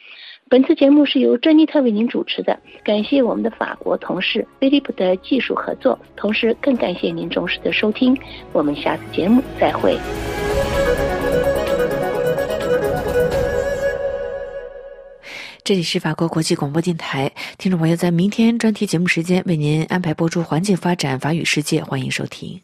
本次节目是由珍妮特为您主持的，感谢我们的法国同事菲利普的技术合作，同时更感谢您忠实的收听，我们下次节目再会。 这里是法国国际广播电台，听众朋友，在明天专题节目时间为您安排播出环境发展法语世界，欢迎收听。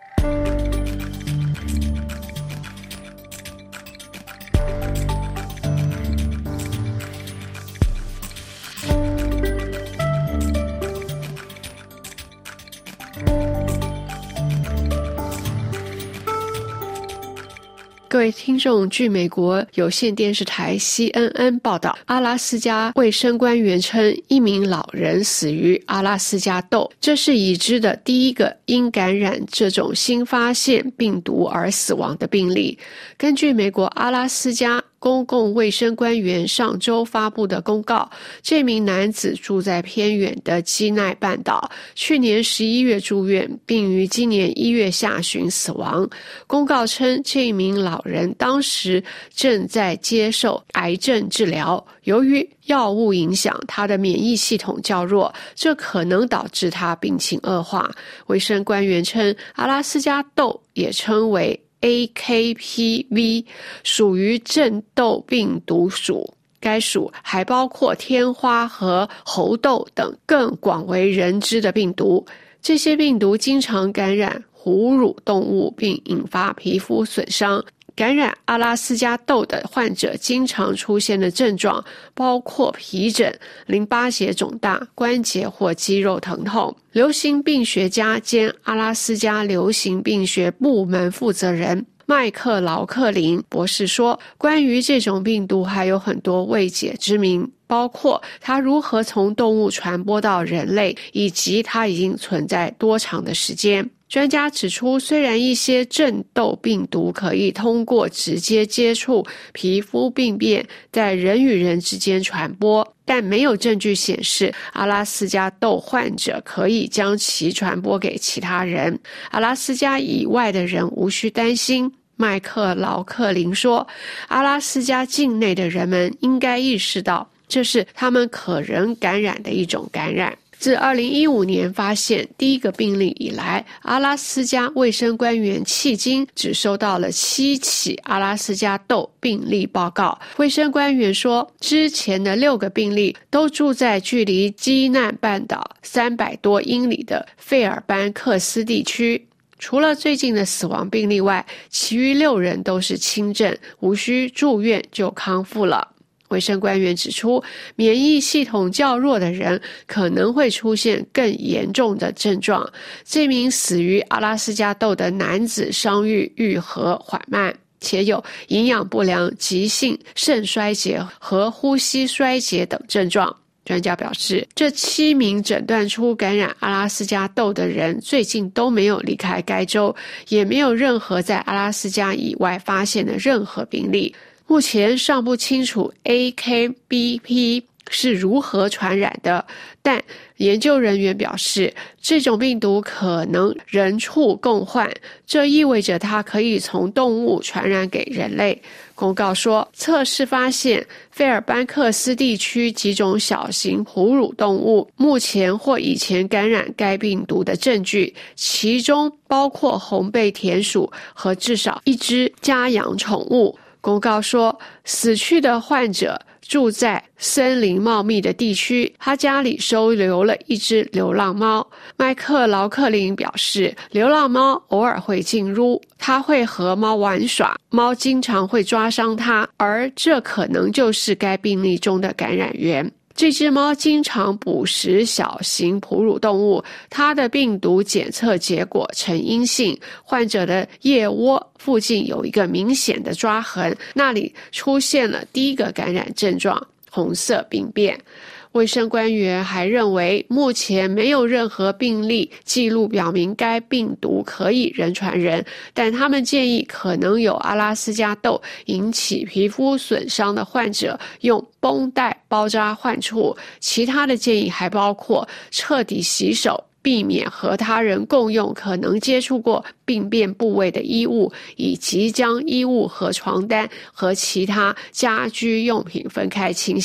各位听众，据美国有线电视台 C N N 报道，阿拉斯加卫生官员称，一名老人死于阿拉斯加豆，这是已知的第一个因感染这种新发现病毒而死亡的病例。根据美国阿拉斯加公共卫生官员上周发布的公告，这名男子住在偏远的基奈半岛，去年十一月住院，并于今年一月下旬死亡。公告称，这名老人当时正在接受癌症治疗，由于药物影响，他的免疫系统较弱，这可能导致他病情恶化。卫生官员称，阿拉斯加豆也称为A K P V 属于正豆病毒属，该属还包括天花和猴痘等更广为人知的病毒。这些病毒经常感染哺乳动物并引发皮肤损伤。感染阿拉斯加豆的患者经常出现的症状包括皮疹、淋巴结肿大、关节或肌肉疼痛。流行病学家兼阿拉斯加流行病学部门负责人麦克劳克林博士说，关于这种病毒还有很多未解之谜，包括它如何从动物传播到人类，以及它已经存在多长的时间。专家指出，虽然一些正痘病毒可以通过直接接触皮肤病变在人与人之间传播，但没有证据显示阿拉斯加痘患者可以将其传播给其他人。阿拉斯加以外的人无需担心。麦克劳克林说，阿拉斯加境内的人们应该意识到，这是他们可能感染的一种感染。自二零一五年发现第一个病例以来，阿拉斯加卫生官员迄今只收到了七起阿拉斯加痘病例报告。卫生官员说，之前的六个病例都住在距离基难半岛三百多英里的费尔班克斯地区。除了最近的死亡病例外，其余六人都是轻症，无需住院就康复了。卫生官员指出，免疫系统较弱的人可能会出现更严重的症状。这名死于阿拉斯加痘的男子伤愈愈合缓慢，且有营养不良、急性肾衰竭和呼吸衰竭等症状。专家表示，这七名诊断出感染阿拉斯加痘的人最近都没有离开该州，也没有任何在阿拉斯加以外发现的任何病例。目前尚不清楚 A K B P 是如何传染的，但研究人员表示，这种病毒可能人畜共患，这意味着它可以从动物传染给人类。公告说，测试发现费尔班克斯地区几种小型哺乳动物目前或以前感染该病毒的证据，其中包括红背田鼠和至少一只家养宠物。公告说，死去的患者住在森林茂密的地区，他家里收留了一只流浪猫。麦克劳克林表示，流浪猫偶尔会进入，他会和猫玩耍，猫经常会抓伤他，而这可能就是该病例中的感染源。这只猫经常捕食小型哺乳动物，它的病毒检测结果呈阴性。患者的腋窝附近有一个明显的抓痕，那里出现了第一个感染症状——红色病变。卫生官员还认为，目前没有任何病例记录表明该病毒可以人传人，但他们建议可能有阿拉斯加痘引起皮肤损伤的患者用绷带包扎患处。其他的建议还包括彻底洗手，避免和他人共用可能接触过病变部位的衣物，以及将衣物和床单和其他家居用品分开清洗。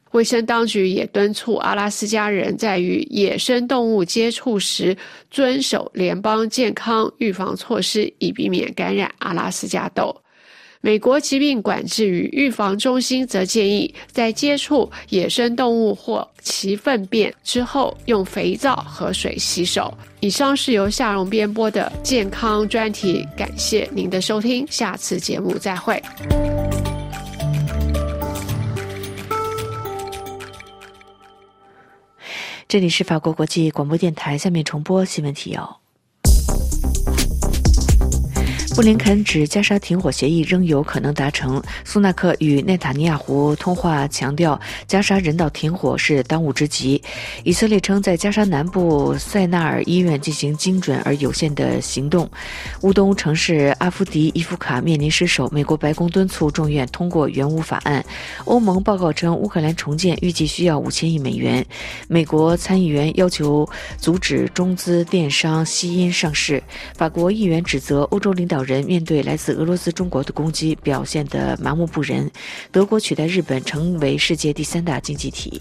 卫生当局也敦促阿拉斯加人在与野生动物接触时遵守联邦健康预防措施，以避免感染阿拉斯加痘。美国疾病管制与预防中心则建议，在接触野生动物或其粪便之后，用肥皂和水洗手。以上是由夏蓉编播的健康专题，感谢您的收听，下次节目再会。 这里是法国国际广播电台，下面重播新闻提要。布林肯指加沙停火协议仍有可能达成。苏纳克与内塔尼亚胡通话强调，加沙人道停火是当务之急。以色列称在加沙南部塞纳尔医院进行精准而有限的行动。乌东城市阿夫迪伊夫卡面临失守，美国白宫敦促众院通过援乌法案。欧盟报告称，乌克兰重建预计需要五千亿美元。美国参议员要求阻止中资电商西因上市。法国议员指责欧洲领导人人面对来自俄罗斯、中国的攻击表现得麻木不仁。德国取代日本成为世界第三大经济体。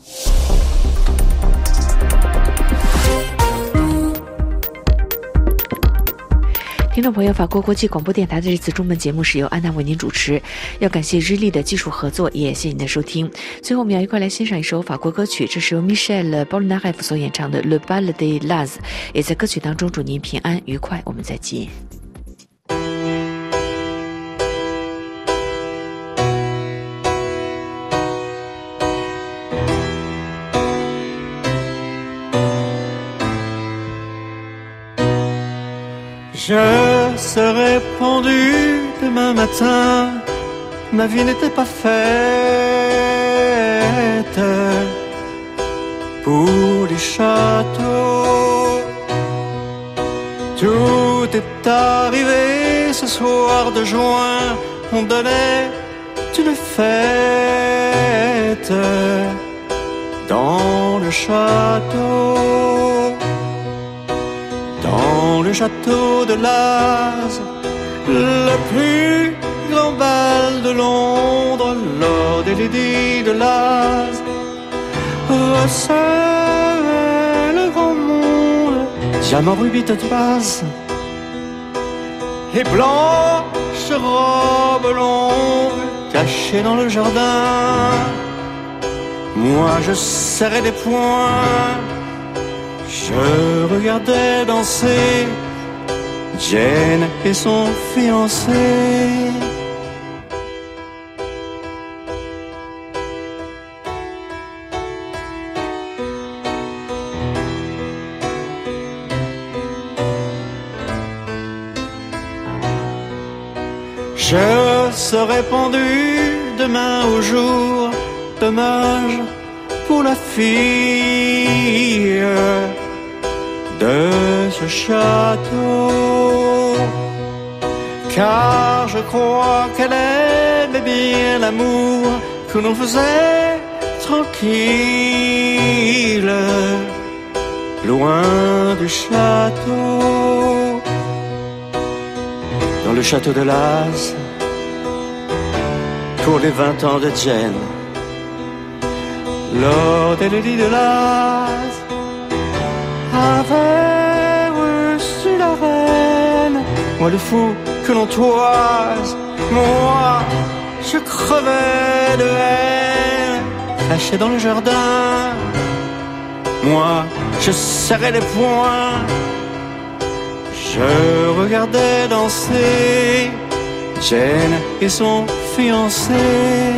听众朋友，法国国际广播电台的这次中文节目是由安娜为您主持，要感谢日立的技术合作，也谢谢您的收听。最后我们要一块来欣赏一首法国歌曲，这是由 Michel Polnareff 所演唱的 Le Bal des Laz， 也在歌曲当中祝您平安愉快，我们再见。 Je serai pendu demain matin, ma vie n'était pas faite pour les châteaux. Tout est arrivé ce soir de juin, on donnait une fête dans le château.Dans le château de Laz, le plus grand bal de Londres, Lord et Lady de Laz recevait le grand monde, diamant, rubis, topaz et blanche robe longue cachée dans le jardin. Moi je serrais les poings.Je regardais danser Jane et son fiancé. Je serai pendu demain au jour, dommage pour la fille.De ce château, car je crois qu'elle aimait bien l'amour que l'on faisait tranquille, loin du château. Dans le château de Laz, pour les vingt ans de Jane, Lord et Lady de Laz.Avait reçu la reine, moi le fou que l'on toise, moi je crevais de haine, caché dans le jardin, moi je serrais les poings, je regardais danser Jane et son fiancé.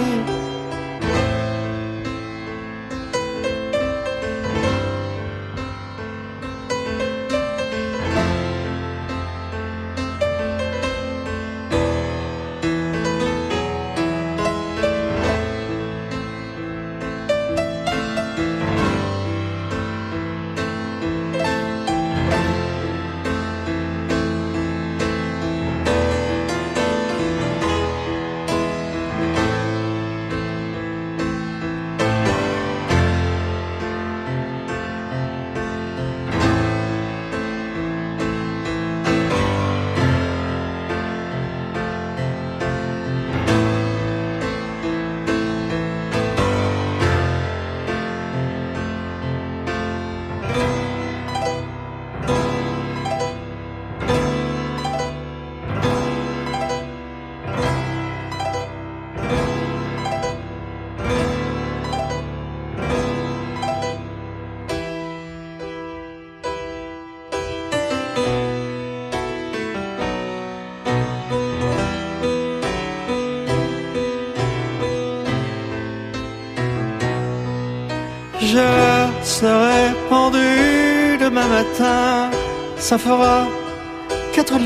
je serai pendu demain matin. Ça fera quatre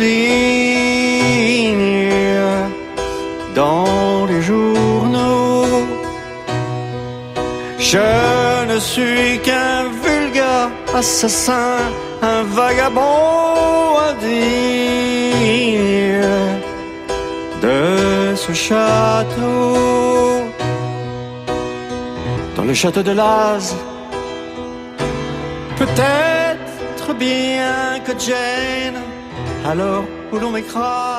lignes dans les journaux. Je ne suis qu'un vulgaire assassin, un vagabond indigne de ce château. Dans le château de Laz, peut-être bien que Jane, alors où l'on m'écrase